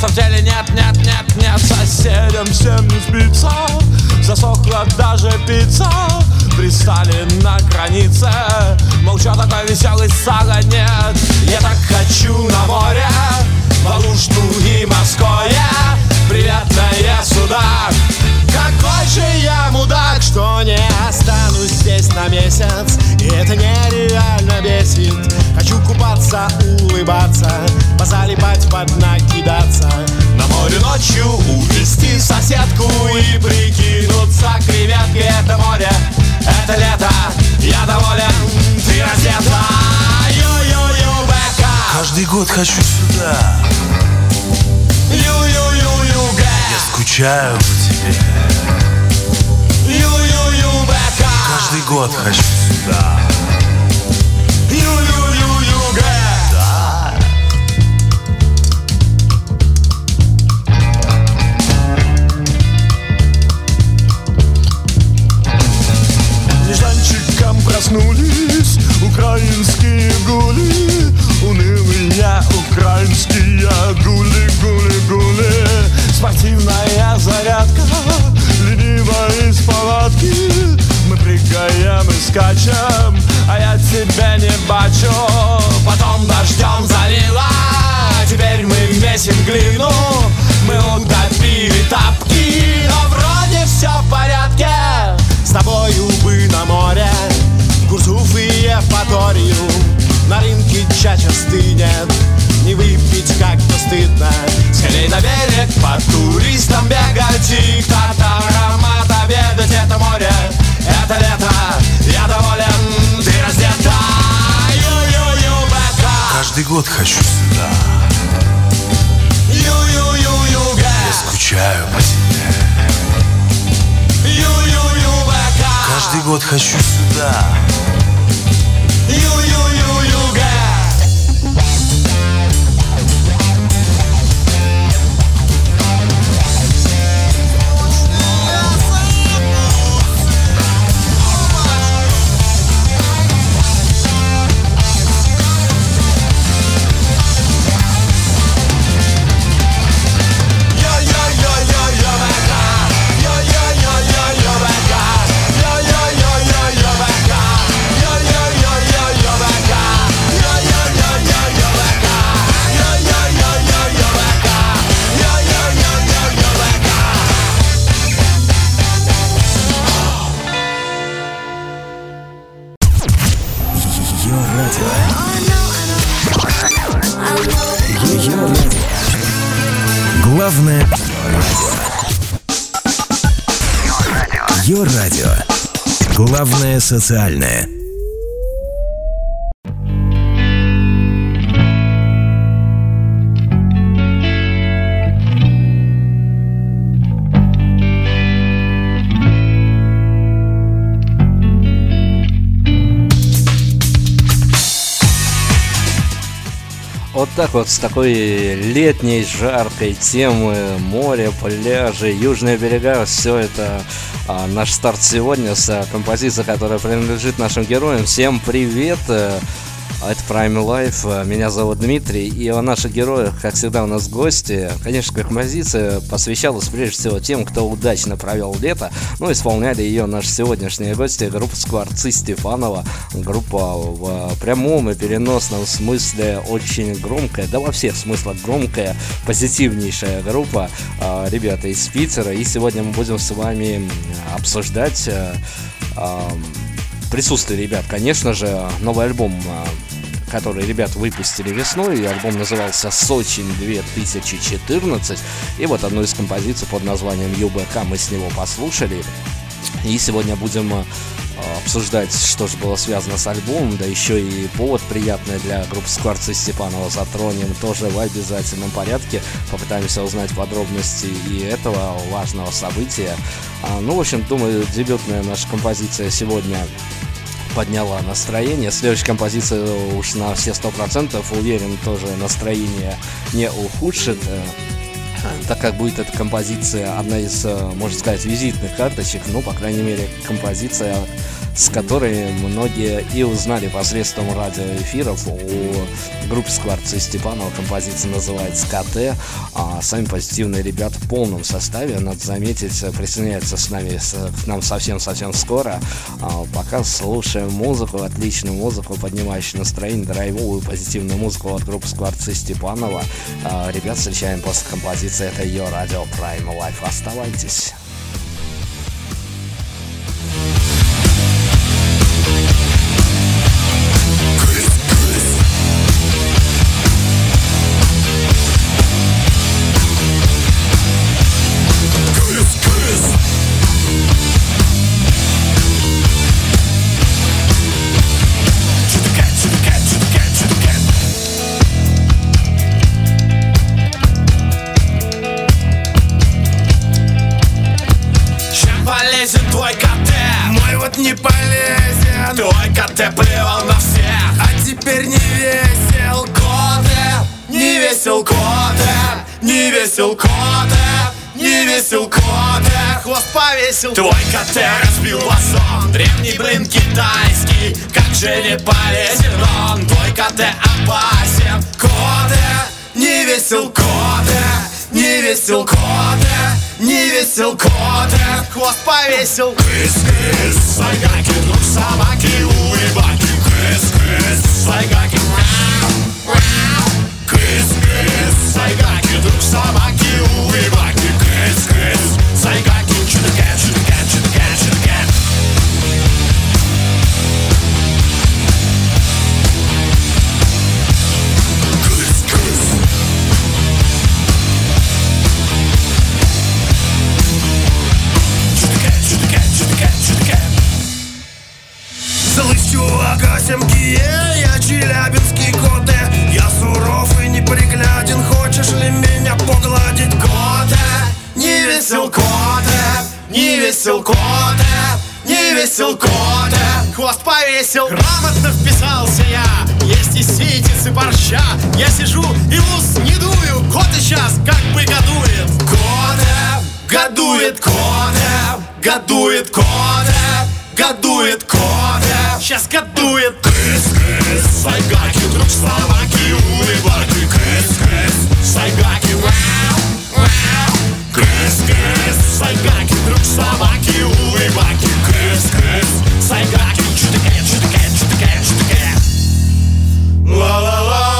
в теле нет, нет, нет, нет. Соседям всем не спится, засохла даже пицца. Пристали на границе, мол, чё такой веселый сага нет. Я так хочу на море, Валушну и морское, приветное суда. Какой же я мудак, что не останусь здесь на месяц. И это нереально бесит. Хочу купаться, улыбаться, позалипать, под дна кидаться. На море ночью увести соседку и прикинуться креветкой. Это море, это лето, я доволен, ты раздета. Ю-ю-ю-бэка. Каждый год хочу сюда. Ю-ю-ю-ю-гэ. Я скучаю по тебе. Ю-ю-ю-бэка. Каждый год хочу сюда. Ю-ю-ю-ю-гэ. Да. Нежданчиком проснулись украинские гули. Унылые украинские гули, гули, гули. Спортивная зарядка, лениво из палатки. Мы прыгаем и скачем, а я тебя не бачу. Потом дождем залила, теперь мы месим глину. Мы утопили тапки, но вроде все в порядке. С тобою бы на море, в Курсуф и Евпаторию. На рынке чача стынет, не выпить как-то стыдно. Скорей на берег по туристам бегать и тартар аромат обедать. Это море, это лето, я доволен, ты раздета. Ю-ю-ю-бэка. Каждый год хочу сюда. Ю-ю-ю-ю-гэ. Я скучаю по тебе. Ю-ю-ю-бэка. Каждый год хочу сюда. Ю-ю-ю-ю-гэ. Главное Йо-радио. Главное социальное. Вот так вот, с такой летней, жаркой темы, море, пляжи, южные берега, все это наш старт сегодня с композицией, которая принадлежит нашим героям. Всем привет! Это Prime Life, меня зовут Дмитрий, и о наших героях, как всегда, у нас гости. Конечно, композиция посвящалась прежде всего тем, кто удачно провел лето. Ну, исполняли ее наши сегодняшние гости, группа Скворцы Степанова. Группа в прямом и переносном смысле очень громкая, да во всех смыслах громкая, позитивнейшая группа. Ребята из Питера, и сегодня мы будем с вами обсуждать присутствие ребят, конечно же, новый альбом, который ребята выпустили весной, и альбом назывался «Сочи 2014», и вот одну из композиций под названием «ЮБК» мы с него послушали, и сегодня будем обсуждать, что же было связано с альбомом, да еще и повод приятный для группы Скворцы Степанова затронем тоже в обязательном порядке, попытаемся узнать подробности и этого важного события. Ну, в общем, думаю, дебютная наша композиция сегодня подняла настроение. Следующая композиция уж на все 100%, уверен, тоже настроение не ухудшит, так как будет эта композиция одна из, можно сказать, визитных карточек, ну, по крайней мере, композиция, с которой многие и узнали посредством радиоэфиров о группе Скворцы Степанова. Композиция называется «КТ». Сами позитивные ребята в полном составе, надо заметить, присоединяются к нам совсем-совсем скоро. Пока слушаем музыку, отличную музыку, поднимающую настроение, драйвовую позитивную музыку от группы Скворцы Степанова. Ребят встречаем после композиции. Это ее радио Prime Life. Оставайтесь. Твой КТ, мой вот не полезен. Твой КТ плевал на всех, а теперь не весел коте, не весел коте, не весел коте, не весел коте, хвост повесил. Твой КТ разбил вазон, древний блин китайский, как же не полезен он. Твой КТ опасен, коте, не весел коте, не весел коте, не весел коте, хвост повесил. Крыс-крыс, сайгаки, друг собаки, уебаки. Крыс-крыс, сайгаки, крыс-крыс, сайгаки, друг собаки, уебаки. Крыс-крыс, сайгаки, чудо-кэт, чудо-кэт, чудо-кэт, чудо-кэт. Слышь, чувак, АСМКе, я челябинский коте. Я суров и непригляден, хочешь ли меня погладить? Коте, не весел коте, не весел коте, не весел коте, хвост повесил. Грамотно вписался я, есть и ситец, и борща. Я сижу и в ус не дую, коте сейчас как бы годует. Коте, годует коте, годует коте, годует коте, сейчас годует. Крыс-крыс, сайгаки, друг словаки, уебаки. Крыс-крыс, сайгаки, крыс-крыс, сайгаки, друг собаки, уебаки. Крыс-крыс, сайгаки, чудо-кэт, чудо-кэт, чудо-кэт, чудо-кэт. Ла-ла-ла.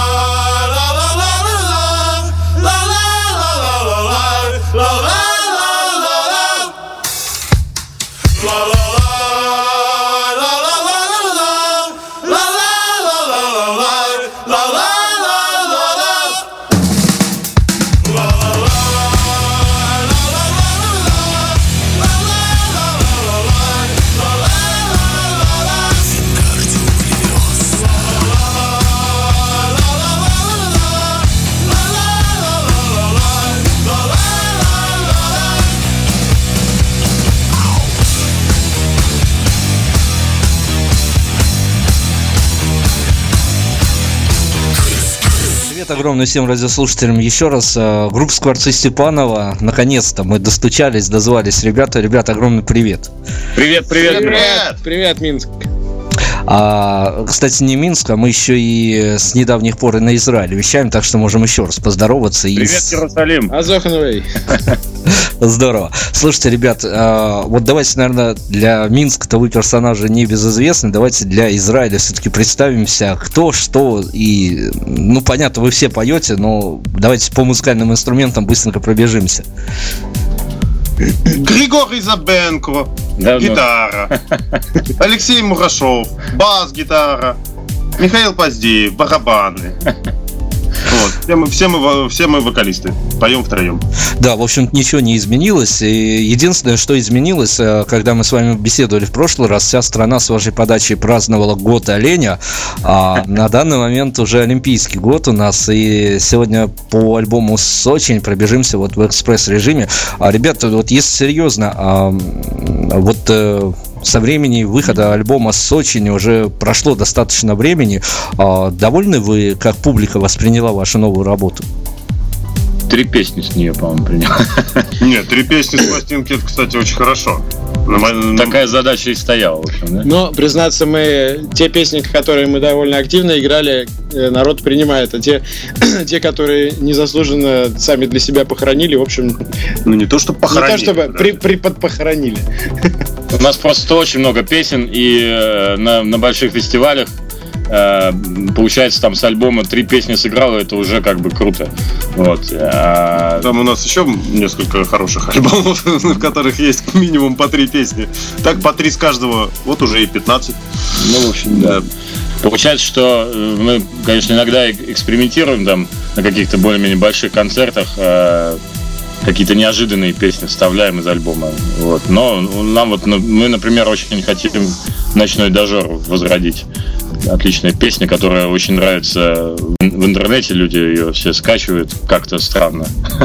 Огромное всем радиослушателям еще раз. Группа Скворцы Степанова. Наконец-то мы достучались, дозвались. Ребята, огромный привет. Привет, Минск. Кстати, не Минск, а мы еще и с недавних пор и на Израиле вещаем, так что можем еще раз поздороваться. Привет, Иерусалим. Азохновый. Здорово. Слушайте, ребят, вот давайте, наверное, для Минска-то вы персонажи небезызвестны. Давайте для Израиля все-таки представимся, кто, что и... Ну, понятно, вы все поете, но давайте по музыкальным инструментам быстренько пробежимся. Григорий Забенко, гитара. Алексей Мурашов, бас-гитара. Михаил Поздеев, барабаны. Вот. Все мы вокалисты. Поем втроем. Да, в общем, ничего не изменилось. И единственное, что изменилось, когда мы с вами беседовали в прошлый раз, вся страна с вашей подачей праздновала год оленя. А на данный момент уже олимпийский год у нас. И сегодня по альбому «Сочинь» пробежимся вот в экспресс-режиме. Ребята, вот если серьезно, со времени выхода альбома «Сочинь» уже прошло достаточно времени. Довольны вы, как публика восприняла вашу новую работу? 3 песни с нее, по-моему, принял. Нет, 3 песни с пластинки, это, кстати, очень хорошо. Такая задача и стояла, в общем, да? Но, признаться, те песни, которые мы довольно активно играли, народ принимает, а те, которые незаслуженно сами для себя похоронили, в общем... Ну, не то, что похоронили. Не то, чтобы приподпохоронили. У нас просто очень много песен, и на больших фестивалях получается, там с альбома 3 песни сыграло, это уже как бы круто. Вот. Там у нас еще несколько хороших альбомов, в которых есть минимум по 3 песни. Так по 3 с каждого, вот уже и 15. Ну, в общем, да. Получается, что мы, конечно, иногда экспериментируем там на каких-то более-менее больших концертах, какие-то неожиданные песни вставляем из альбома. Вот. Но нам вот, мы, например, очень хотим «Ночной дожор» возродить. Отличная песня, которая очень нравится в интернете, люди ее все скачивают, как-то странно.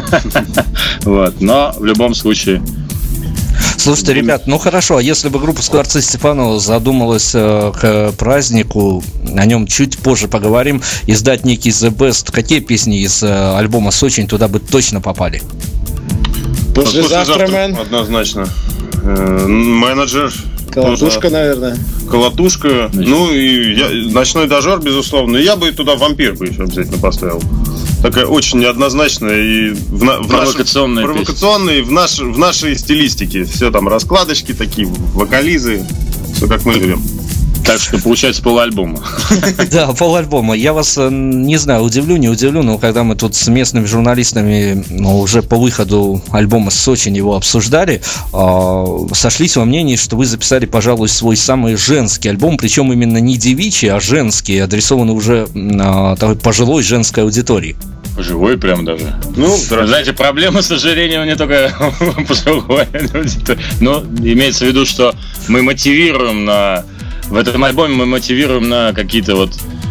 Вот. Но в любом случае... Слушайте, ребят, ну хорошо, а если бы группа Скворцы Степанова задумалась к празднику, о нем чуть позже поговорим, издать некий The Best, какие песни из альбома «Сочинь» туда бы точно попали? «Послезавтра, мэн». Однозначно. «Менеджер». «Колотушка», наверное. «Колотушка». Ну и «Ночной дожор», безусловно. Я бы туда «Вампир» бы еще обязательно поставил. Такая очень неоднозначная и провокационная и в нашей стилистике. Все там раскладочки такие, вокализы, все как мы любим. Так что получается полальбома. Да, полальбома. Я вас, не знаю, удивлю, не удивлю, но когда мы тут с местными журналистами уже по выходу альбома «Сочинь» его обсуждали, сошлись во мнении, что вы записали, пожалуй, свой самый женский альбом, причем именно не девичий, а женский, адресованный уже такой пожилой женской аудитории. Пожилой прям даже. Ну, знаете, проблема с ожирением не только пожилой аудитории. Но имеется в виду, что мы мотивируем в этом альбоме мы мотивируем на какие-то вот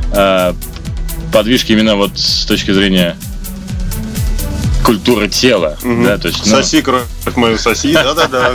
подвижки именно вот с точки зрения культуры тела. Да, то есть, соси кровь мою, соси, да-да-да.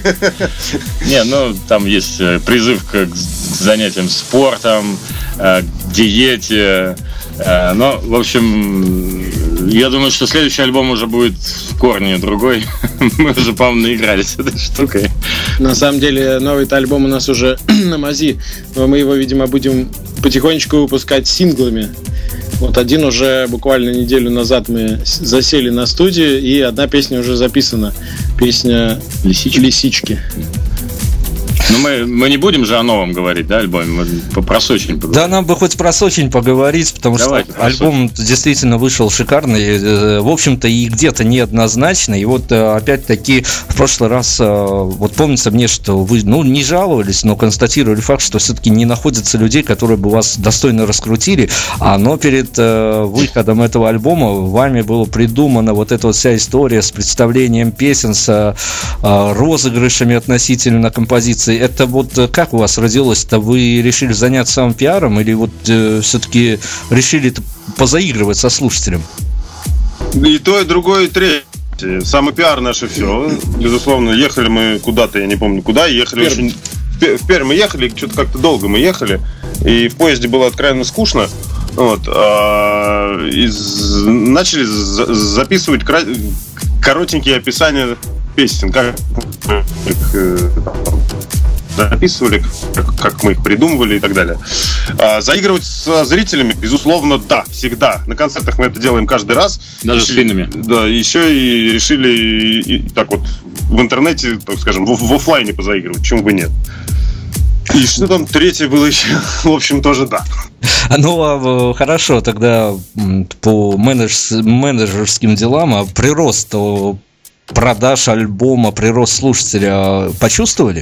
Не, ну там есть призыв к занятиям спортом, к диете. Но, в общем, я думаю, что следующий альбом уже будет в корне другой. Мы уже, по-моему, наигрались с этой штукой. На самом деле, новый-то альбом у нас уже на мази. Но мы его, видимо, будем потихонечку выпускать синглами. Вот один уже буквально неделю назад мы засели на студию, и одна песня уже записана. Песня «Лисички». Ну, мы не будем же о новом говорить, да, альбоме? Мы про «Сочинь» поговорим. Да, нам бы хоть про «Сочинь» поговорить, потому что альбом действительно вышел шикарный, в общем-то, и где-то неоднозначный. И вот, опять-таки, в прошлый раз, вот помнится мне, что вы, не жаловались, но констатировали факт, что все-таки не находится людей, которые бы вас достойно раскрутили, но перед выходом этого альбома вами была придумана вот эта вот вся история с представлением песен, с розыгрышами относительно композиции. Это вот как у вас родилось-то? Вы решили заняться самым пиаром или вот все-таки решили позаигрывать со слушателем? И то, и другое, и третье. Самый пиар наше все. Безусловно, ехали мы куда-то, я не помню куда, ехали очень... В Пермь мы ехали, что-то как-то долго мы ехали, и в поезде было откровенно скучно. Вот, и начали записывать коротенькие описания песен, как записывали, как мы их придумывали и так далее. Заигрывать со зрителями, безусловно, да, всегда. На концертах мы это делаем каждый раз. Даже с финнами. Да, еще и решили и так вот в интернете, так скажем, в офлайне позаигрывать, почему бы нет. И что там третье было еще? В общем, тоже да. Ну, хорошо, тогда по менеджерским делам прирост продаж альбома, прирост слушателя почувствовали?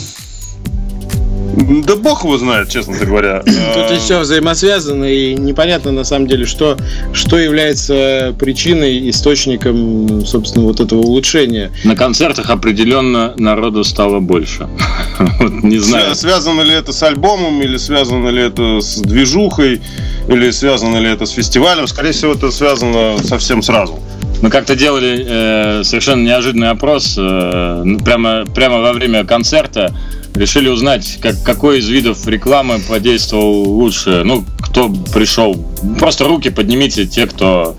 Да бог его знает, честно говоря. Тут и все взаимосвязано, и непонятно на самом деле, что является причиной, источником, собственно, вот этого улучшения. На концертах определенно народу стало больше. Не знаю. Связано ли это с альбомом, или связано ли это с движухой, или связано ли это с фестивалем. Скорее всего, это связано совсем сразу. Мы как-то делали совершенно неожиданный опрос прямо во время концерта. Решили узнать, какой из видов рекламы подействовал лучше. Ну, кто пришел. Просто руки поднимите, те, кто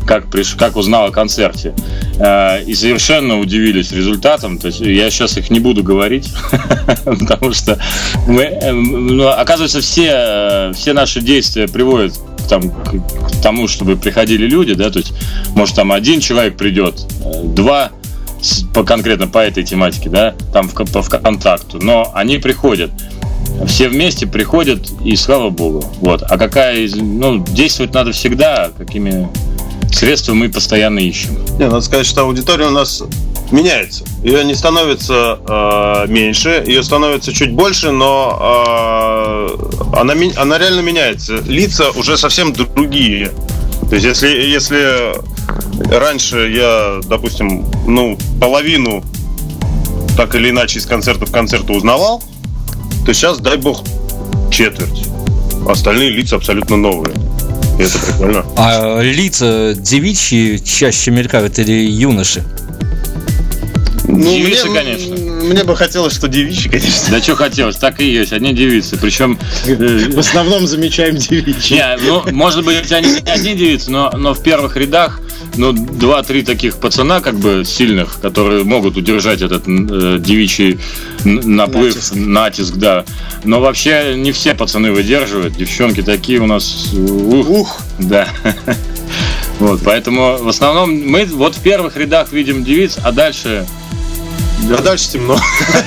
как узнал о концерте. И совершенно удивились результатом. То есть я сейчас их не буду говорить, потому что оказывается, все наши действия приводят к тому, чтобы приходили люди, да, то есть, может, там один человек придет, два конкретно по этой тематике, да, там в контакту, но они приходят. Все вместе приходят, и слава богу. Вот. А действовать надо всегда, какими средствами мы постоянно ищем. Надо сказать, что аудитория у нас меняется. Ее не становится меньше, ее становится чуть больше, но она реально меняется. Лица уже совсем другие. То есть, если раньше я, допустим, половину так или иначе из концерта в концерт узнавал, то сейчас, дай бог, четверть. Остальные лица абсолютно новые. И это прикольно. А лица девичьи чаще мелькают или юноши? Девицы, конечно. Мне бы хотелось, что девичьи, конечно. Да что хотелось, так и есть. Одни девицы. Причем в основном замечаем девичьи. Может быть, они не одни девицы, но в первых рядах 2-3 таких пацана, как бы сильных, которые могут удержать этот девичий натиск, да. Но вообще не все пацаны выдерживают. Девчонки такие у нас. Да. Вот, поэтому в основном мы вот в первых рядах видим девиц, а дальше темно.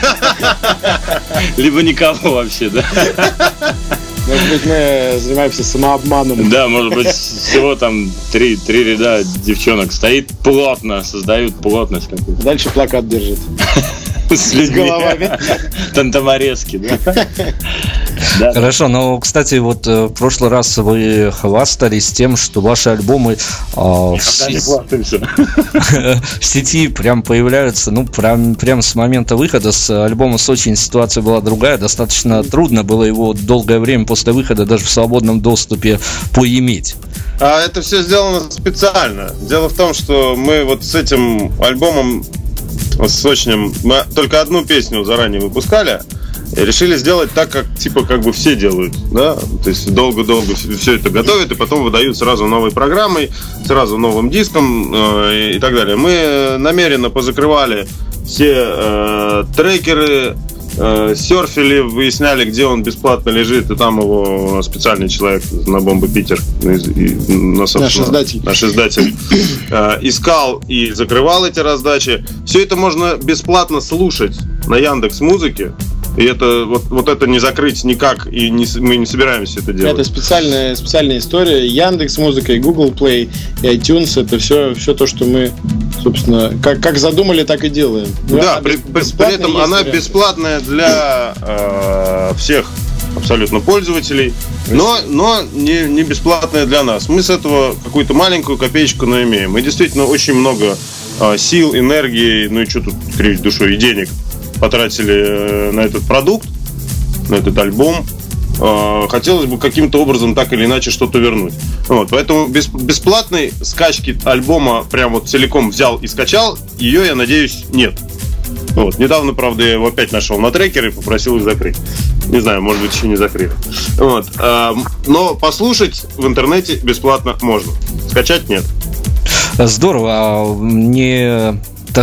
Либо никого вообще, да. Может быть, мы занимаемся самообманом. Да, может быть, всего там 3 ряда девчонок стоит плотно, создают плотность какую-то. Дальше плакат держит. С людьми. Головами. Тантаморезки, да. Хорошо, но, кстати, вот в прошлый раз вы хвастались тем, что ваши альбомы в сети прям появляются, прям с момента выхода. С альбома «Сочи» ситуация была другая, достаточно трудно было его долгое время после выхода даже в свободном доступе поиметь. А это все сделано специально. Дело в том, что мы вот с этим альбомом, с «Сочнем», мы только одну песню заранее выпускали. И решили сделать так, как бы все делают, да? То есть долго-долго все это готовят и потом выдают сразу новой программой, сразу новым диском и так далее. Мы намеренно позакрывали все трекеры, серфили, выясняли, где он бесплатно лежит, и там его специальный человек на Бомбы Питер, наш издатель, искал и закрывал эти раздачи. Все это можно бесплатно слушать на Яндекс.Музыке. И это вот это не закрыть никак, и мы не собираемся это делать. Это специальная история. Яндекс.Музыка и Google Play, и iTunes — это все то, что мы, собственно, как задумали, так и делаем. Да, при этом она бесплатная для всех абсолютно пользователей, но не бесплатная для нас. Мы с этого какую-то маленькую копеечку наимеем. Мы действительно очень много сил, энергии, и что тут кривить душой, и денег потратили на этот продукт, на этот альбом. Хотелось бы каким-то образом так или иначе что-то вернуть. Вот, поэтому бесплатной скачки альбома прям вот целиком взял и скачал, ее, я надеюсь, нет. Вот. Недавно, правда, я его опять нашел на трекере и попросил их закрыть. Не знаю, может быть, еще не закрыли. Вот. Но послушать в интернете бесплатно можно. Скачать нет. Здорово. Не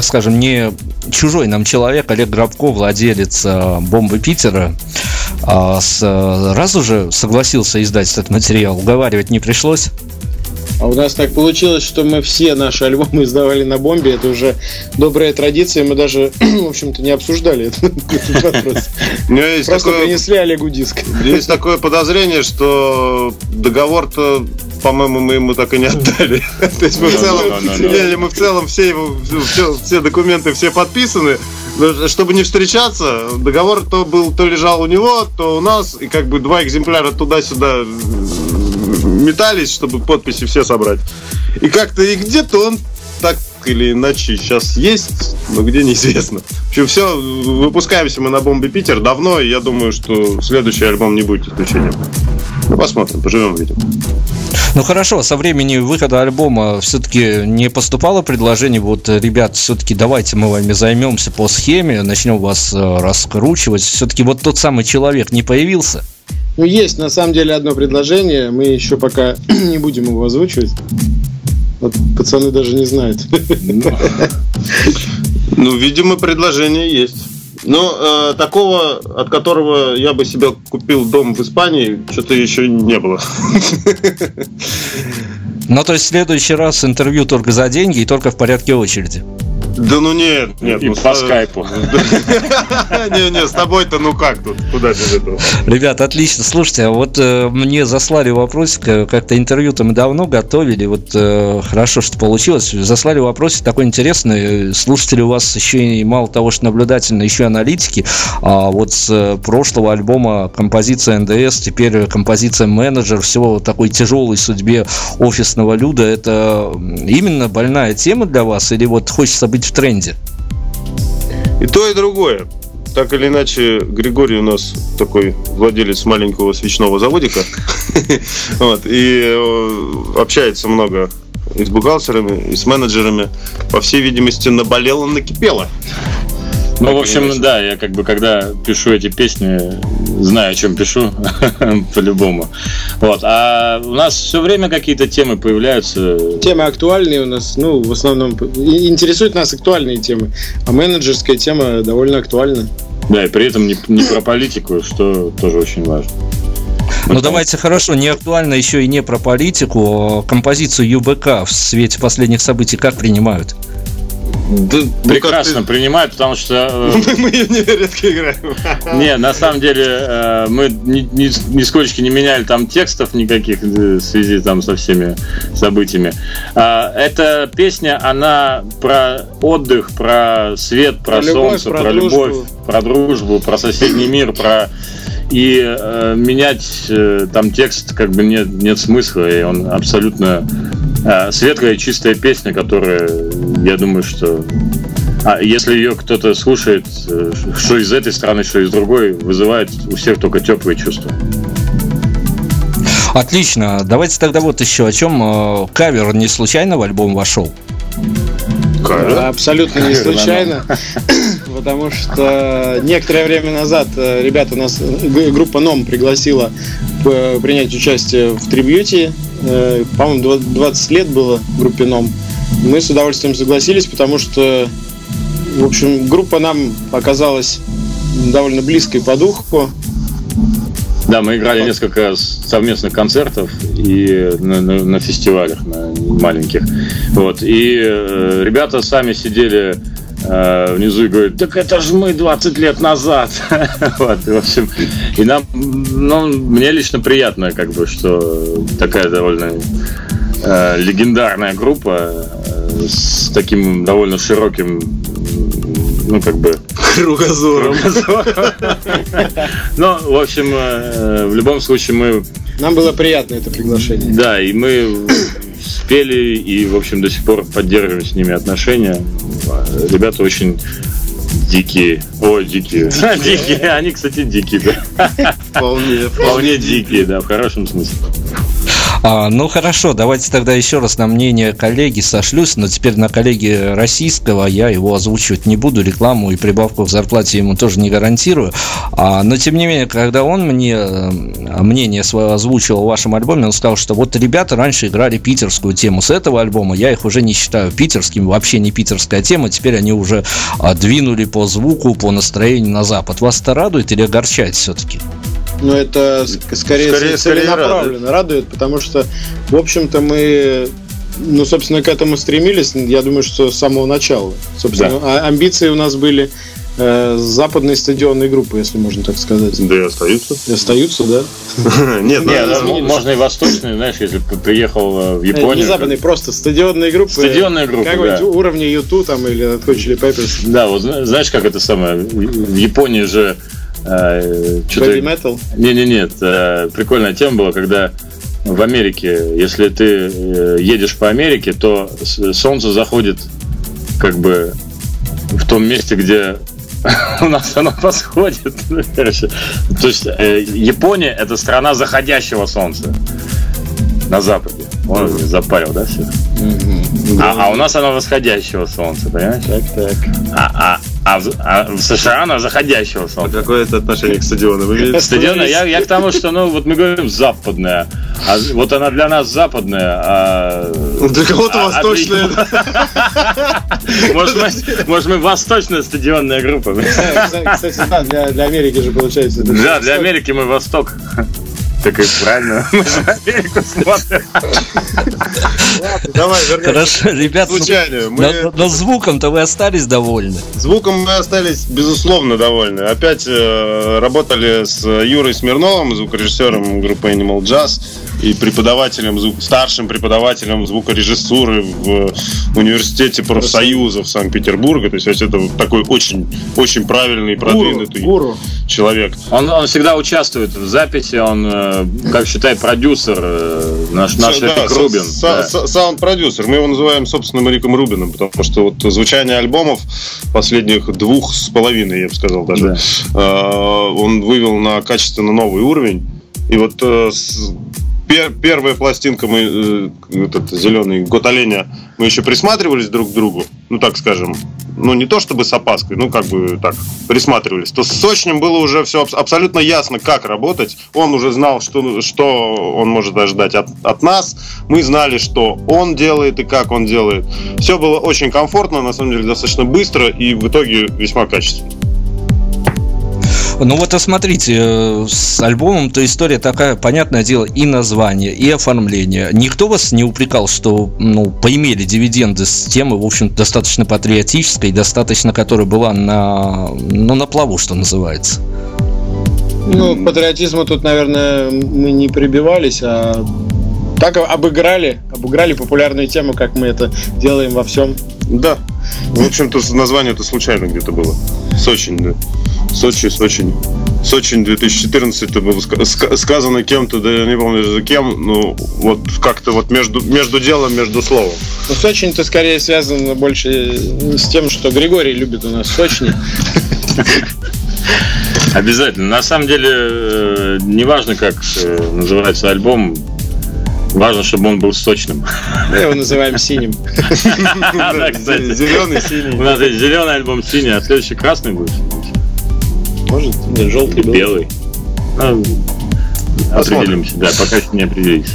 чужой нам человек, Олег Грабко, владелец «Бомбы Питера», сразу же согласился издать этот материал. Уговаривать не пришлось? А у нас так получилось, что мы все наши альбомы издавали на «Бомбе». Это уже добрая традиция. Мы даже, в общем-то, не обсуждали этот вопрос. Просто принесли Олегу диск. Есть такое подозрение, что договор-то, по-моему, мы ему так и не отдали. То есть мы в целом все документы все подписаны. Но чтобы не встречаться, договор то лежал у него, то у нас. И как бы 2 экземпляра туда-сюда метались, чтобы подписи все собрать. И как-то и где-то он так или иначе сейчас есть, но где неизвестно. В общем, все, выпускаемся мы на «Бомбе Питер» давно, и я думаю, что следующий альбом не будет исключением. Ну, посмотрим, поживем, увидим. Ну хорошо, со времени выхода альбома все-таки не поступало предложение, вот, ребят, все-таки давайте мы вами займемся по схеме, начнем вас раскручивать. Все-таки вот тот самый человек не появился? Ну, есть на самом деле одно предложение, мы еще пока не будем его озвучивать. Вот пацаны даже не знают. Ну, видимо, предложение есть. Но такого, от которого я бы себе купил дом в Испании, что-то еще не было. Ну, то есть в следующий раз интервью только за деньги и только в порядке очереди. Да ну нет. И по скайпу. Не, с тобой-то ну как тут? Куда без этого? Ребят, отлично. Слушайте, а вот мне заслали вопросик, как-то интервью-то мы давно готовили, вот хорошо, что получилось. Заслали вопросик такой интересный. Слушатели у вас еще и мало того, что наблюдательные, еще и аналитики. А вот с прошлого альбома композиция НДС, теперь композиция «Менеджер», всего такой тяжелой судьбе офисного люда. Это именно больная тема для вас или вот хочется быть в тренде? И то, и другое. Так или иначе, Григорий у нас такой владелец маленького свечного заводика. И общается много и с бухгалтерами, и с менеджерами. По всей видимости, наболело, накипело. Ну, в общем, да, я как бы, когда пишу эти песни, знаю, о чем пишу, по-любому. Вот. А у нас все время какие-то темы появляются. Темы актуальные у нас, ну, в основном интересуют нас актуальные темы. А менеджерская тема довольно актуальна. Да, и при этом не про политику, что тоже очень важно. Ну, давайте, хорошо, не актуально еще и не про политику. Композицию ЮБК в свете последних событий как принимают? Да, прекрасно принимают, потому что мы ее нередко играем. Не, на самом деле мы нисколько не меняли там текстов никаких в связи там со всеми событиями. Эта песня, она про отдых, про свет, про солнце, про любовь, про дружбу, про соседний мир, про... И менять там текст как бы нет смысла, и он абсолютно светлая и чистая песня, которая, я думаю, что если ее кто-то слушает, что из этой стороны, что из другой, вызывает у всех только теплые чувства. Отлично. Давайте тогда вот еще о чем. Кавер не случайно в альбом вошел? Абсолютно не случайно, потому что некоторое время назад ребята нас, группа НОМ пригласила принять участие в трибьюте. По-моему, 20 лет было группе НОМ. Мы с удовольствием согласились, потому что, в общем, группа нам оказалась довольно близкой по духу. Да, мы играли несколько совместных концертов и на фестивалях, на маленьких. Вот. И ребята сами сидели внизу и говорят: так это же мы 20 лет назад. Вот, и, в общем, и нам, ну, мне лично приятно, как бы, что такая довольно легендарная группа с таким довольно широким, ну, как бы, кругозором. Ну, в общем, в любом случае нам было приятно это приглашение. Да, и мы спели, и, в общем, до сих пор поддерживаем с ними отношения. Ребята очень дикие. Ой, дикие. Дикие. Они, кстати, дикие, да. Вполне дикие, да, в хорошем смысле. Ну хорошо, давайте тогда еще раз на мнение коллеги сошлюсь, но теперь на коллеги российского, я его озвучивать не буду, рекламу и прибавку к зарплате ему тоже не гарантирую. Но тем не менее, когда он мне мнение свое озвучивал в вашем альбоме, он сказал, что вот ребята раньше играли питерскую тему с этого альбома, я их уже не считаю питерским, вообще не питерская тема, теперь они уже двинули по звуку, по настроению на запад. Вас это радует или огорчает все-таки? Ну, это скорее целенаправленно радует, потому что, в общем-то, мы, ну, собственно, к этому стремились, я думаю, что с самого начала. Собственно, да. Амбиции у нас были западной стадионной группы, если можно так сказать. Да и остаются. И остаются, да. Нет, можно и восточные, знаешь, если приехал в Японию. Не западные, просто стадионные группы. Стадионные группы, какой-нибудь уровня YouTube там или Hot Chili Peppers. Да, вот знаешь, как это самое, в Японии же Heavy metal? Нет, прикольная тема была, когда в Америке, если ты едешь по Америке, то солнце заходит как бы в том месте, где у нас оно восходит. Короче, то есть Япония — это страна заходящего солнца на западе. Он запарил, да, все? А у нас оно восходящего солнца, понимаешь? Так. А в США она заходящего солнца. Какое это отношение к стадиону? Стадион, я к тому, что, вот мы говорим западная, а вот она для нас западная, а для кого-то восточная. Может, мы восточная стадионная группа. Кстати, да, для Америки же получается. Да, для Америки мы восток. Так и правильно. Мы же Америку смотрим. Давай, вернемся. Хорошо, ребят, но звуком-то вы остались довольны? Звуком мы остались, безусловно, довольны. Опять работали с Юрой Смирновым, звукорежиссером группы Animal Jazz, и старшим преподавателем звукорежиссуры в университете профсоюзов Санкт-Петербурга. То есть это такой очень, очень правильный и продвинутый человек. Он всегда участвует в записи, он, как считает, продюсер, наш Рик Рубин. Саунд-продюсер. Мы его называем собственным Риком Рубином, потому что вот звучание альбомов последних 2,5, я бы сказал даже, он вывел на качественно новый уровень. И вот первая пластинка, этот зеленый год оленя, мы еще присматривались друг к другу, так скажем, не то чтобы с опаской, как бы так, присматривались, то с Сочнем было уже все абсолютно ясно, как работать. Он уже знал, что он может ожидать от нас. Мы знали, что он делает и как он делает. Все было очень комфортно, на самом деле достаточно быстро и в итоге весьма качественно. Смотрите, с альбомом-то история такая, понятное дело, и название, и оформление. Никто вас не упрекал, что, поимели дивиденды с темы, в общем, достаточно патриотической, достаточно, которая была на плаву, что называется? К патриотизму тут, наверное, мы не прибивались, а так обыграли популярную тему, как мы это делаем во всем. Да. В общем-то, название-то случайно где-то было. Сочинь, да. Сочинь 2014, это было сказано кем-то, да я не помню за кем, как-то между делом, между словом. Сочинь-то скорее связано больше с тем, что Григорий любит у нас Сочни. Обязательно. На самом деле, неважно, как называется альбом, важно, чтобы он был сочным. Мы его называем синим. Зеленый, синий. У нас есть зеленый альбом синий, а следующий красный будет. Может, желтый, белый. Определимся, да, пока еще не определились.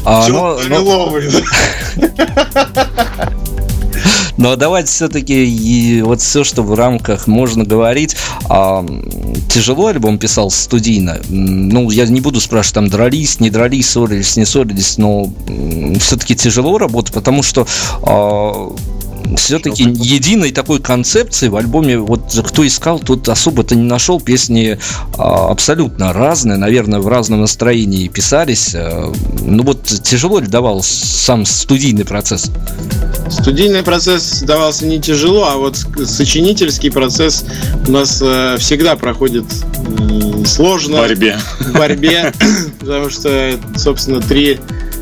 Но давайте все-таки все, что в рамках можно говорить. Тяжело альбом писал студийно. Я не буду спрашивать, там дрались, не дрались, ссорились, не ссорились, но все-таки тяжело работать, потому что все-таки единой такой концепции в альбоме, кто искал, тот особо-то не нашел. Песни абсолютно разные, наверное, в разном настроении писались. Тяжело ли давал сам студийный процесс? Студийный процесс давался не тяжело, а сочинительский процесс у нас всегда проходит сложно. В борьбе. Потому что, собственно, три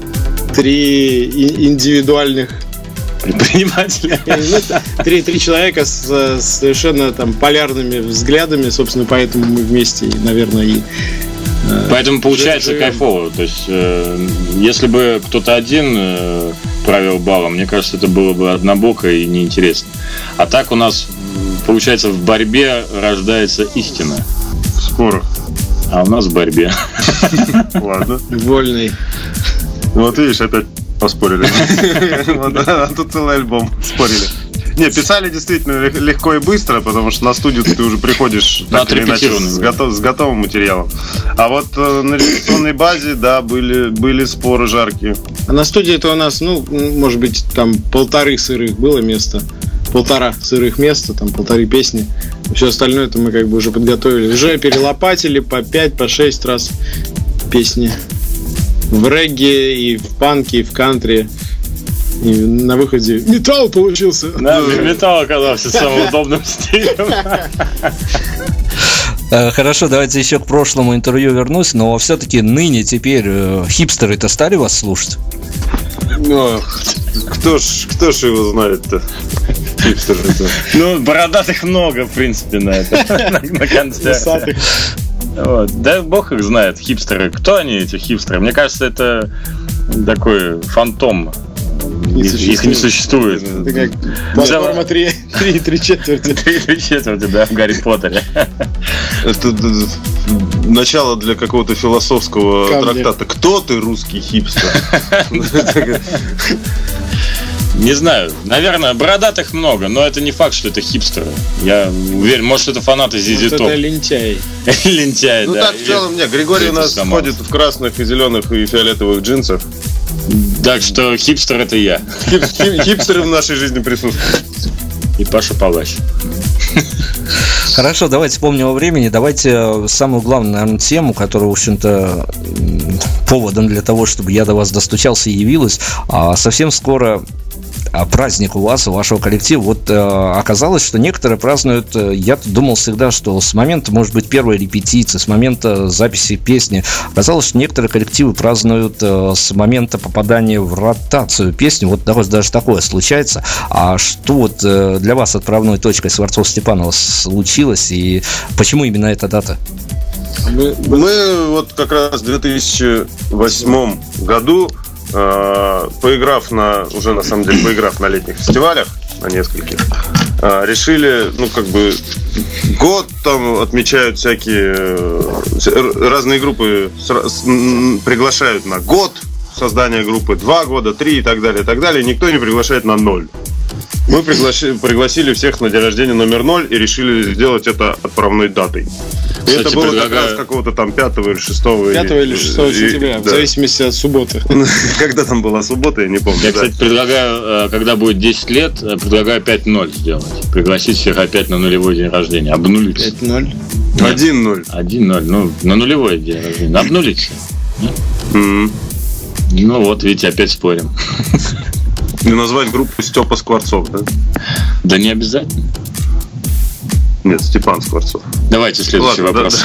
индивидуальных предпринимателя. Три человека с совершенно полярными взглядами, собственно, поэтому мы вместе, наверное, поэтому получается кайфово. То есть, если бы кто-то один правил балом, мне кажется, это было бы однобоко и неинтересно. А так у нас, получается, в борьбе рождается истина. В спорах. А у нас в борьбе. Ладно. Вольный. Видишь, опять поспорили. А тут целый альбом спорили. Не, писали действительно легко и быстро, потому что на студию ты уже приходишь так или иначе с готовым материалом. А на репетиционной базе, да, были споры жаркие. А на студии это у нас, может быть, там 1,5 сырых было места. 1,5 сырых места, там 1,5 песни. Все остальное это мы как бы уже подготовили. Уже перелопатили по 5, по 6 раз песни. В регге, и в панке, и в кантри. И на выходе металл получился. Да, металл оказался самым удобным стилем. Хорошо, давайте еще к прошлому интервью вернусь. Но все-таки ныне теперь хипстеры-то стали вас слушать? Кто ж его знает-то? Хипстеры-то. Бородатых много, в принципе, на концерте. Да бог их знает, хипстеры. Кто они, эти хипстеры? Мне кажется, это такой фантом Их не существует. Это как платформа 3/4. 3/4, да, в Гарри Поттере. Это начало для какого-то философского Камня. трактата. Кто ты, русский хипстер? Не знаю, наверное, бородатых много, но это не факт, что это хипстеры. Я уверен, может, это фанаты ZZ Это Top. лентяй. Лентяй, Ну да. так, в целом, нет, Григорий у нас Сломался. ходит в красных и зеленых и фиолетовых джинсах. Так что хипстер это я. Хипстеры в нашей жизни присутствуют. И Паша Палач. Хорошо, давайте вспомним о времени. Давайте самую главную, наверное, тему, которая, в общем-то, поводом для того, чтобы я до вас достучался и явилась. Совсем скоро праздник у вас, у вашего коллектива. Вот оказалось, что некоторые празднуют, я думал всегда, что с момента, может быть, первой репетиции, с момента записи песни, оказалось, что некоторые коллективы празднуют с момента попадания в ротацию песни. Вот даже такое случается. А что вот для вас отправной точкой Скворцов-Степанова случилось, и почему именно эта дата? Мы вот как раз в 2008 году, поиграв на летних фестивалях, на нескольких, решили, год там отмечают всякие, разные группы приглашают на год создания группы, 2 года, 3 и так далее, никто не приглашает на 0. Мы пригласили всех на день рождения номер 0 и решили сделать это отправной датой. И это было как раз какого-то там 5 или 6 или 6 сентября, в зависимости от субботы. Когда там была суббота, я не помню. Я, кстати, предлагаю, когда будет 10 лет, предлагаю 5-0 сделать. Пригласить всех опять на нулевой день рождения. Обнулить. 5-0? 1-0. 1-0. Ну, на нулевой день рождения. Обнулить. Ну вот, видите, опять спорим. И назвать группу Степа Скворцов, да? Да не обязательно. Нет, Степан Скворцов. Давайте следующий вопрос.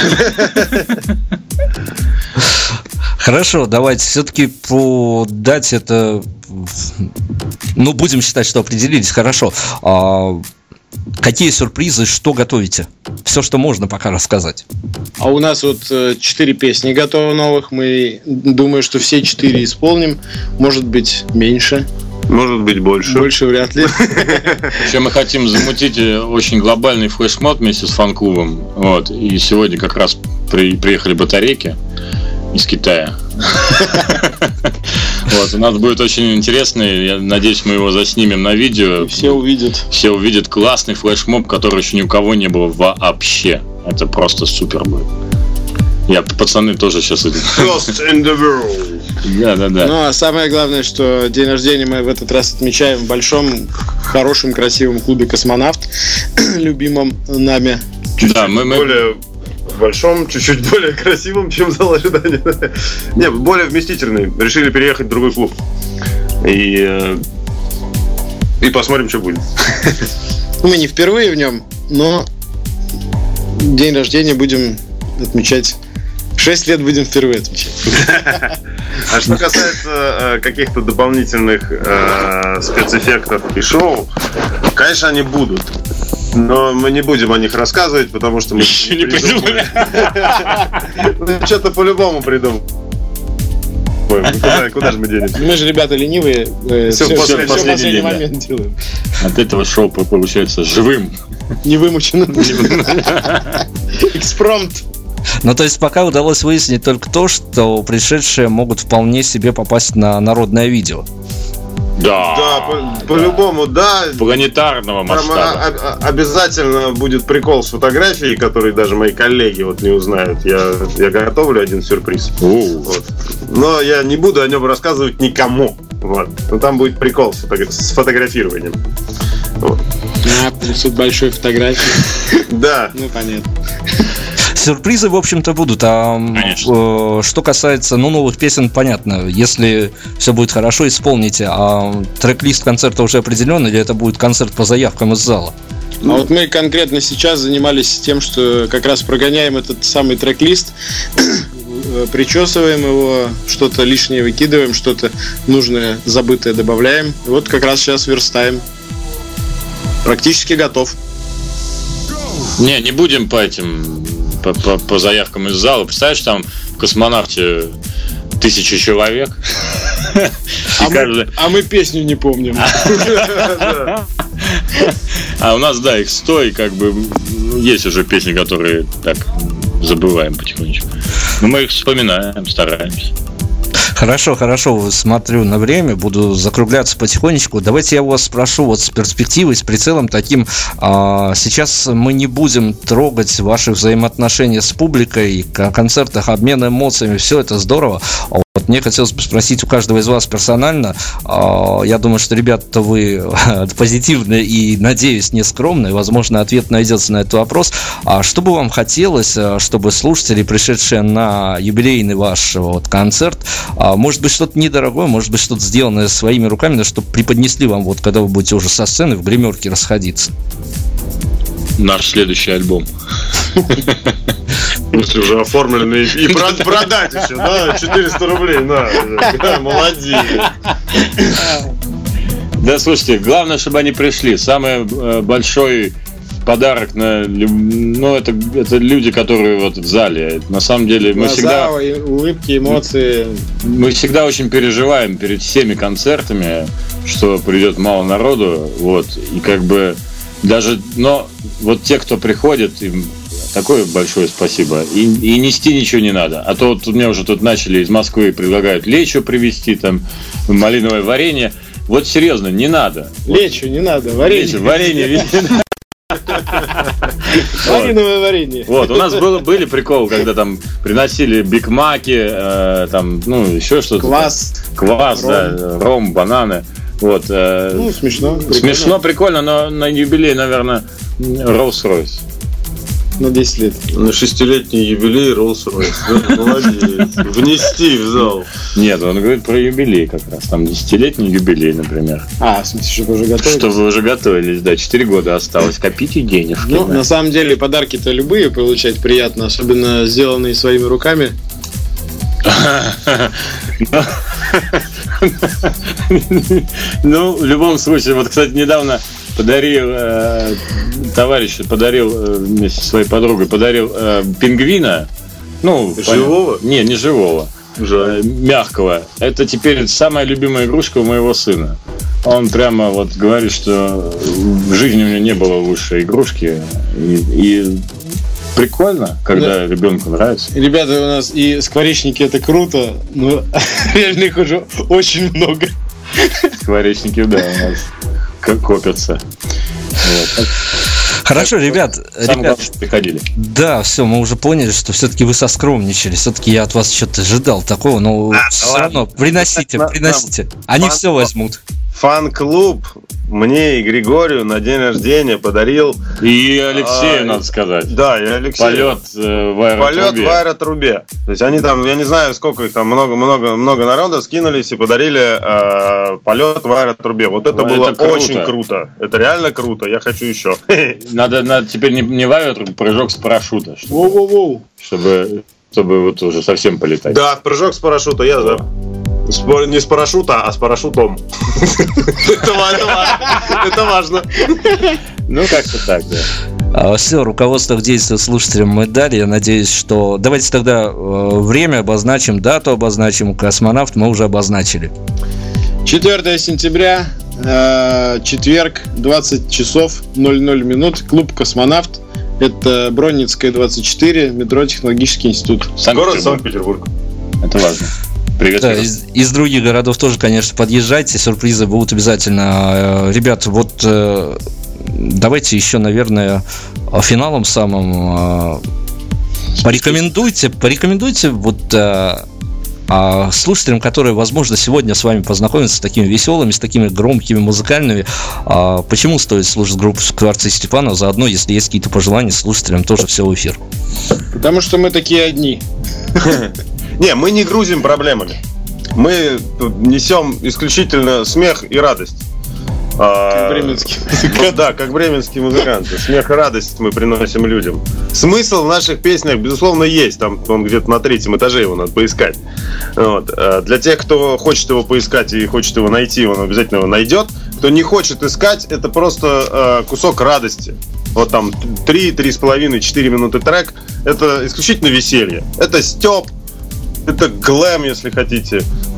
Хорошо, давайте все-таки по дате это... будем считать, что определились. Хорошо. Какие сюрпризы, что готовите? Все, что можно пока рассказать. А у нас вот 4 песни готовы новых. Мы думаю, что все 4 исполним. Может быть, меньше. Может быть, больше. Больше вряд ли. Вообще мы хотим замутить очень глобальный флешмоб вместе с фан-клубом. Вот. И сегодня как раз приехали батарейки из Китая. Вот, у нас будет очень интересный, я надеюсь, мы его заснимем на видео. Все увидят. Все увидят классный флешмоб, который еще ни у кого не было вообще. Это просто супер будет. Пацаны тоже сейчас идут. First in the world. Да. Ну, а самое главное, что день рождения мы в этот раз отмечаем в большом, хорошем, красивом клубе «Космонавт», любимом нами. Да, мы более большом, чуть-чуть более красивым, чем зал ожидания. Не, более вместительный. Решили переехать в другой клуб. И посмотрим, что будет. Мы не впервые в нем, но день рождения будем отмечать. 6 лет будем впервые отмечать. А что касается каких-то дополнительных спецэффектов и шоу, конечно, они будут. Но мы не будем о них рассказывать, потому что мы еще не придумали. Что-то по-любому придумаем. Куда же мы денемся? Мы же ребята ленивые. Все в последний момент делаем. От этого шоу получается живым. Невымученным. Экспромт. Ну, то есть пока удалось выяснить только то, что пришедшие могут вполне себе попасть на народное видео. Да, по-любому, да. Планетарного масштаба. Обязательно будет прикол с фотографией, который даже мои коллеги не узнают. Я готовлю один сюрприз. Вот. Но я не буду о нем рассказывать никому. Вот. Но там будет прикол с фотографированием. Вот. Тут большой фотографии. Да. Ну, понятно. Сюрпризы, в общем-то, будут. Что касается новых песен, понятно. Если все будет хорошо, исполните. А трек-лист концерта уже определен, или это будет концерт по заявкам из зала? А вот мы конкретно сейчас занимались тем, что как раз прогоняем этот самый трек-лист, причесываем его, что-то лишнее выкидываем, что-то нужное, забытое добавляем. И вот как раз сейчас верстаем. Практически готов. Не будем по заявкам из зала. Представляешь, там в «Космонавте» 1000 человек. А мы песню не помним. А у нас, да, их 100, и как бы есть уже песни, которые так забываем потихонечку. Но мы их вспоминаем, стараемся. Хорошо, смотрю на время, буду закругляться потихонечку. Давайте я вас спрошу вот с перспективой, с прицелом таким. Сейчас мы не будем трогать ваши взаимоотношения с публикой, о концертах, обмен эмоциями, все это здорово. Вот мне хотелось бы спросить у каждого из вас персонально. Я думаю, что, ребята, вы позитивные и, надеюсь, не скромные. Возможно, ответ найдется на этот вопрос. Что бы вам хотелось, чтобы слушатели, пришедшие на юбилейный ваш вот концерт, может быть, что-то недорогое, может быть, что-то сделанное своими руками, но чтобы преподнесли вам, вот когда вы будете уже со сцены в гримерке расходиться? Наш следующий альбом. Если уже оформленный и продать еще, да, 400 рублей, да, молодец. Да, слушайте, главное, чтобы они пришли. Самый большой подарок это люди, которые вот в зале. На самом деле мы всегда улыбки, эмоции. Мы всегда очень переживаем перед всеми концертами, что придет мало народу, вот, и как бы даже, но вот те, кто приходит, им такое большое спасибо. И нести ничего не надо. А то вот мне уже тут начали из Москвы предлагают лечо привезти, там, малиновое варенье. Вот серьезно, не надо. Лечо не надо, варенье. Варенье. Малиновое варенье. Вот, у нас были приколы, когда там приносили бигмаки, там, ну, еще что-то. Квас, да, ром, бананы. Вот, смешно. Смешно, прикольно, но на юбилей, наверное, Rolls-Royce. На 10 лет. На 6-летний юбилей Rolls-Royce. Молодец. Внести в зал. Нет, он говорит про юбилей как раз. Там 10-летний юбилей, например. В смысле, чтобы уже готовились? Чтобы уже готовились, да. 4 года осталось. Копите денежки. Ну, на самом деле, подарки-то любые получать приятно, особенно сделанные своими руками. Ну, в любом случае, вот, кстати, недавно вместе со своей подругой пингвина. Ну, живого? Не живого. Мягкого. Это теперь самая любимая игрушка у моего сына. Он прямо вот говорит, что в жизни у него не было лучшей игрушки. И прикольно, когда ребенку нравится. Ребята, у нас и скворечники — это круто, но реально их уже очень много. Скворечники, да, у нас копятся. Вот. Хорошо, ребят, приходили. Да, все, мы уже поняли, что все-таки вы соскромничали. Все-таки я от вас что-то ожидал такого, но все равно приносите. Они все возьмут. Фан-клуб мне и Григорию на день рождения подарил. И Алексею, надо сказать. Да, и Алексею. Полет в аэротрубе. То есть они там, я не знаю, сколько их там, много народа скинулись и подарили полет в аэротрубе. Вот это было очень круто. Это реально круто. Я хочу еще. Надо теперь не в аэротрубе, прыжок с парашюта. Чтобы вот уже совсем полетать. Да, прыжок с парашюта, я за. Не с парашюта, а с парашютом. Это важно. Ну, как-то так, да. Все, руководство к действию слушателям мы дали. Я надеюсь, что... Давайте тогда время обозначим, дату обозначим. Космонавт мы уже обозначили. 4 сентября, четверг, 20 часов 00 минут. Клуб «Космонавт». Это Бронницкая, 24, метро Технологический институт. Город Санкт-Петербург. Это важно. Привет. Да, из других городов тоже, конечно, подъезжайте. Сюрпризы будут обязательно. Ребят, вот давайте еще, наверное, финалом самым порекомендуйте вот слушателям, которые, возможно, сегодня с вами познакомятся с такими веселыми, с такими громкими, музыкальными. Почему стоит слушать группу «Скворцы Степанова»? Заодно, если есть какие-то пожелания слушателям, тоже все в эфир. Потому что мы такие одни. Не, мы не грузим проблемами. Мы несем исключительно смех и радость. Как бременские музыканты. Да, как бременские музыканты. Смех и радость мы приносим людям. Смысл в наших песнях, безусловно, есть. Там он где-то на 3-м этаже, его надо поискать. Вот. Для тех, кто хочет его поискать и хочет его найти, он обязательно его найдет. Кто не хочет искать, это просто кусок радости. Вот там 3,5, 4 минуты трек. Это исключительно веселье. Это стёб. Это глэм, если хотите.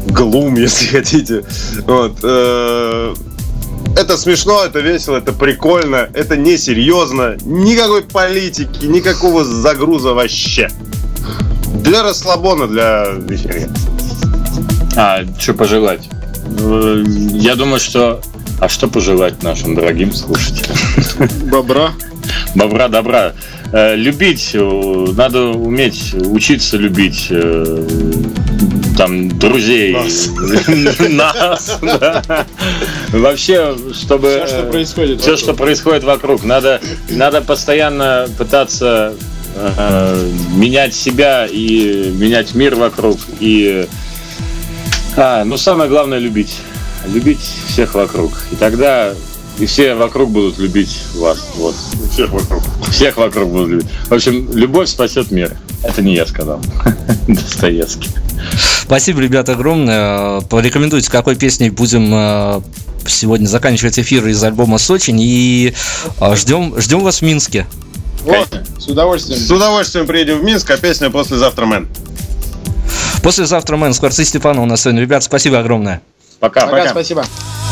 глум, если хотите. Вот. Это смешно, это весело, это прикольно, это несерьезно. Никакой политики, никакого загруза вообще. Для расслабона, для вечеринки. Что пожелать? Я думаю, что... А что пожелать нашим дорогим слушателям? Бобра. Бобра, добра. Любить, надо уметь учиться любить там друзей, нас, да. Вообще, чтобы все, что происходит вокруг, надо постоянно пытаться менять себя и менять мир вокруг. И самое главное любить всех вокруг, и тогда и все вокруг будут любить вас. Вот. Всех вокруг будут любить. В общем, любовь спасет мир. Это не я сказал. Достоевский. Спасибо, ребята, огромное. Порекомендуйте, какой песней будем сегодня заканчивать эфир из альбома «Сочинь». И ждем вас в Минске. С удовольствием. С удовольствием приедем в Минск, а песня «Послезавтра, мэн». «Послезавтра, мэн», Скворцы Степанова у нас сегодня. Ребят, спасибо огромное. Пока. Спасибо.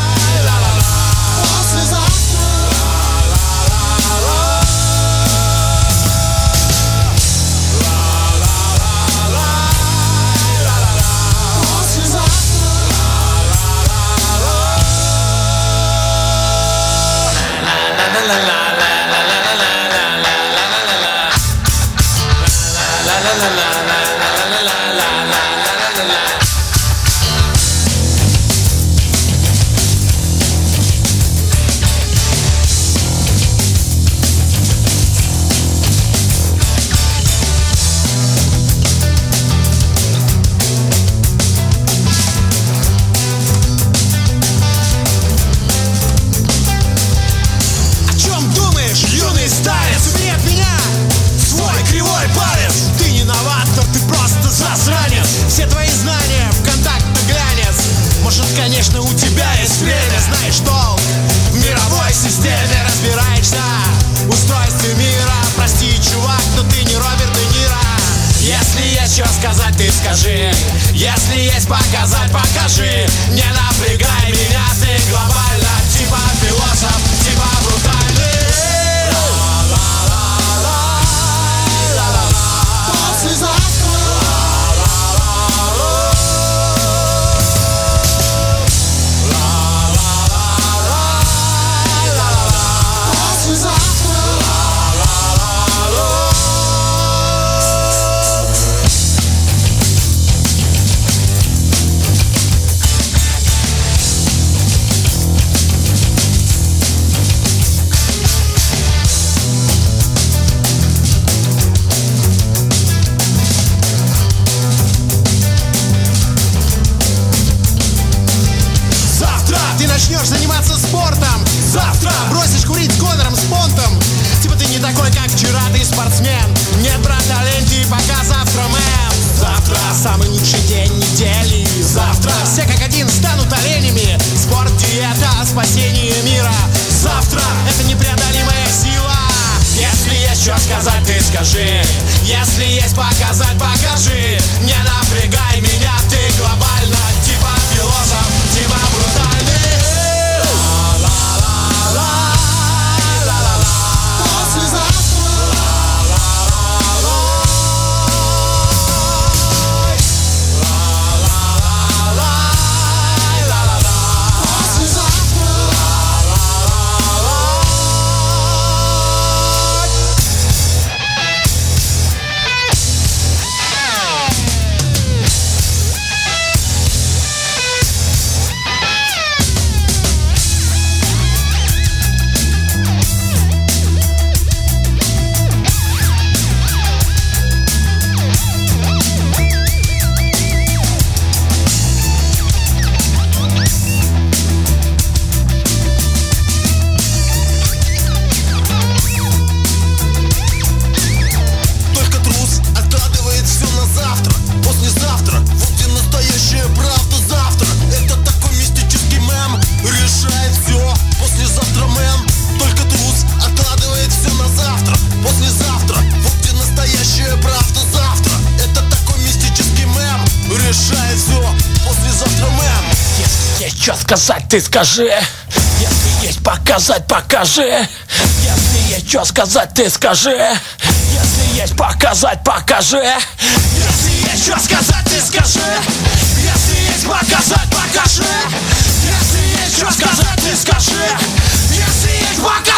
Если есть показать, покажи. Не напрягай меня, ты глобально. Типа философ, типа брутальный. Начнешь заниматься спортом. Завтра бросишь курить с Конором, с Понтом. Типа ты не такой, как вчера, ты спортсмен. Нет, брат, ленти, пока завтра, мэн. Завтра самый лучший день недели. Завтра все как один станут оленями. Спорт, диета, спасение мира. Завтра это непреодолимая сила. Если есть что сказать, ты скажи. Если есть показать, покажи. Не напрягай меня, ты глобально. Типа философ, типа брутальный. что сказать, ты скажи. Если есть показать, покажи. Если есть что сказать, ты скажи. Если есть показать, покажи. Если есть что сказать, ты скажи. Если есть показать, покажи. Если есть что сказать, ты скажи. Если есть показать.